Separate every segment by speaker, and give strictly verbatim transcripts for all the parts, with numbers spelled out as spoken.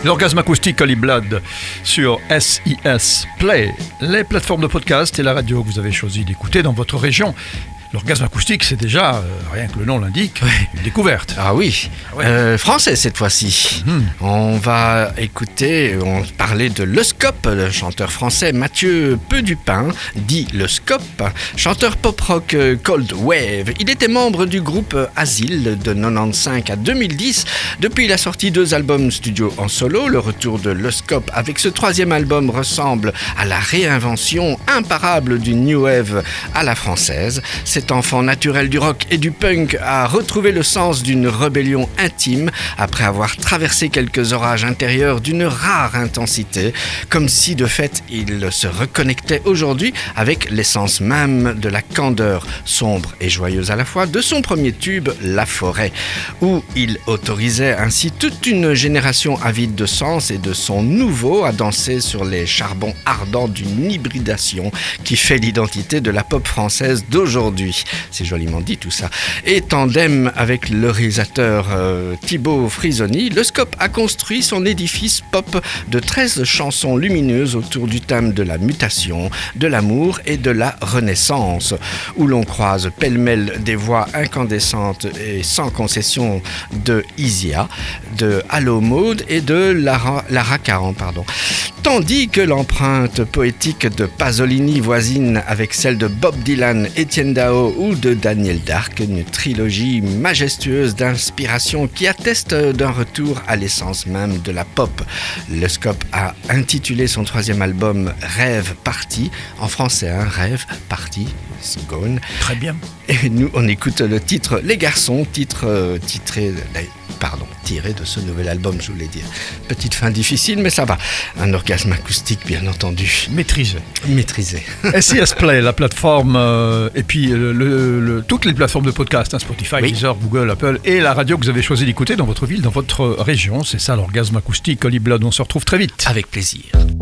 Speaker 1: L'orgasme acoustique Holy Blood sur S I S Play, les plateformes de podcast et la radio que vous avez choisi d'écouter dans votre région. L'orgasme acoustique, c'est déjà, euh, rien que le nom l'indique, ouais. Une découverte.
Speaker 2: Ah oui, ah ouais. euh, français cette fois-ci. Mmh. On va écouter, on va parler de Le Scope, le chanteur français Mathieu Pedupin, dit Le Scope, chanteur pop-rock Cold Wave. Il était membre du groupe Asile de quatre-vingt-quinze à deux mille dix. Depuis, il a sorti deux albums studio en solo. Le retour de Le Scope avec ce troisième album ressemble à la réinvention imparable du New Wave à la française. Cet enfant naturel du rock et du punk a retrouvé le sens d'une rébellion intime après avoir traversé quelques orages intérieurs d'une rare intensité, comme si de fait il se reconnectait aujourd'hui avec l'essence même de la candeur sombre et joyeuse à la fois de son premier tube La Forêt, où il autorisait ainsi toute une génération avide de sens et de son nouveau à danser sur les charbons ardents d'une hybridation qui fait l'identité de la pop française d'aujourd'hui. C'est joliment dit tout ça. Et tandem avec le réalisateur euh, Thibaut Frisoni, Le Scope a construit son édifice pop de treize chansons lumineuses autour du thème de la mutation, de l'amour et de la renaissance, où l'on croise pêle-mêle des voix incandescentes et sans concession de Isia, de Allo Mode et de Lara, Lara Caron, pardon. Tandis que l'empreinte poétique de Pasolini voisine avec celle de Bob Dylan, Étienne Dao ou de Daniel Dark, une trilogie majestueuse d'inspiration qui atteste d'un retour à l'essence même de la pop. Le Scope a intitulé son troisième album Rêve Parti, en français, hein, Rêve Parti, c'est gone.
Speaker 1: Très bien.
Speaker 2: Et nous, on écoute le titre Les Garçons, titre euh, titré... Pardon, tiré de ce nouvel album, je voulais dire. Petite fin difficile, mais ça va. Un orgasme acoustique, bien entendu.
Speaker 1: Maîtrisé.
Speaker 2: Maîtrisé.
Speaker 1: S I S Play, la plateforme, euh, et puis le, le, le, toutes les plateformes de podcast, hein, Spotify, oui. Deezer, Google, Apple, et la radio que vous avez choisi d'écouter dans votre ville, dans votre région. C'est ça, l'orgasme acoustique Holy Blood. On se retrouve très vite.
Speaker 2: Avec plaisir.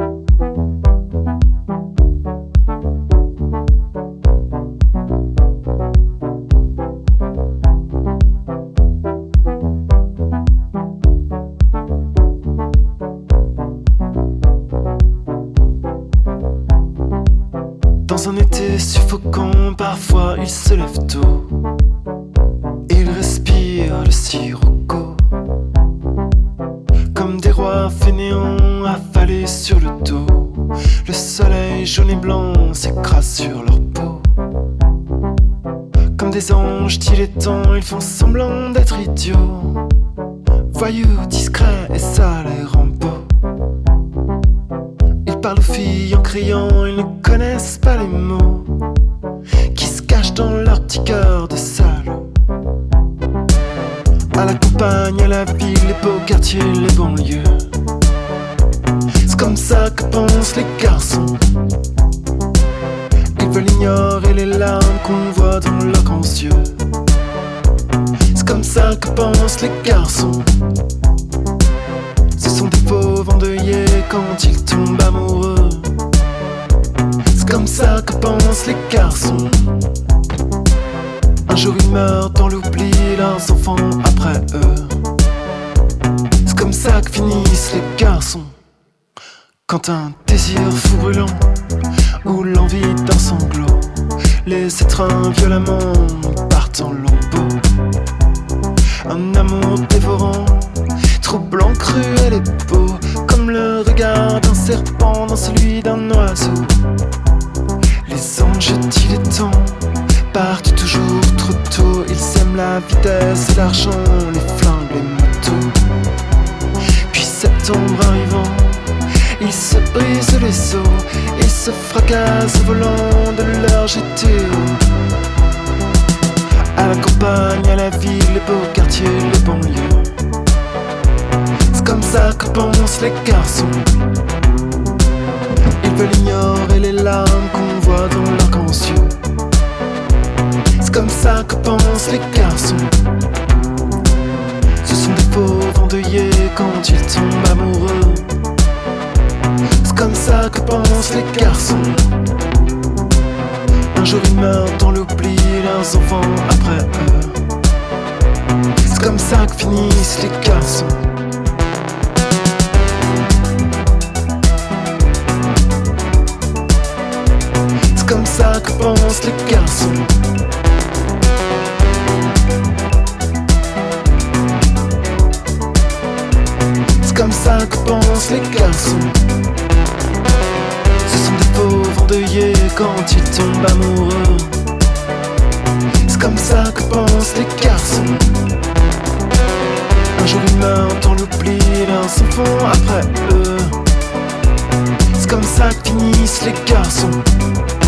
Speaker 3: Dans un été suffocant, parfois il se lève tôt. Il respire le sirocco, comme des rois fainéants affalés sur le dos. Le soleil jaune et blanc s'écrase sur leur peau. Comme des anges dilettants, ils font semblant d'être idiots. Voyous, discrets et ça les rend beaux. Ils parlent aux filles en criant, ils ne connaissent pas les mots qui se cachent dans leur petit cœur de salauds. À la campagne, à la ville, les beaux quartiers, les banlieues. C'est comme ça que pensent les garçons. Ils veulent ignorer les larmes qu'on voit dans leurs grands yeux. C'est comme ça que pensent les garçons. Ce sont des pauvres endeuillés quand ils tombent amoureux. C'est comme ça que pensent les garçons. Un jour ils meurent dans l'oubli, leurs enfants après eux. C'est comme ça que finissent les garçons. Quand un désir fou brûlant ou l'envie d'un sanglot les étreint violemment, ils partent en lambeaux. Un amour dévorant, troublant, cruel et beau, comme le regard d'un serpent dans celui d'un oiseau. Les anges dilettants partent toujours trop tôt. Ils aiment la vitesse et l'argent, les flingues, les motos. Puis septembre arrivant, ils se brisent les os et se fracassent au volant de leur G T O. À la campagne, à la ville, les beaux quartiers, les banlieues. C'est comme ça que pensent les garçons. Ils veulent ignorer les larmes qu'on voit dans leurs grands yeux. C'est comme ça que pensent les garçons. Ce sont des pauvres endeuillés quand ils tombent amoureux. C'est comme ça que pensent les garçons. Un jour ils meurent dans l'oubli, leurs enfants après eux. C'est comme ça que finissent les garçons. pensent les garçons. Ce sont des pauvres endeuillés quand ils tombent amoureux. C'est comme ça que pensent les garçons. Un jour ils meurent dans l'oubli, leurs s'en font après eux. C'est comme ça que finissent les garçons.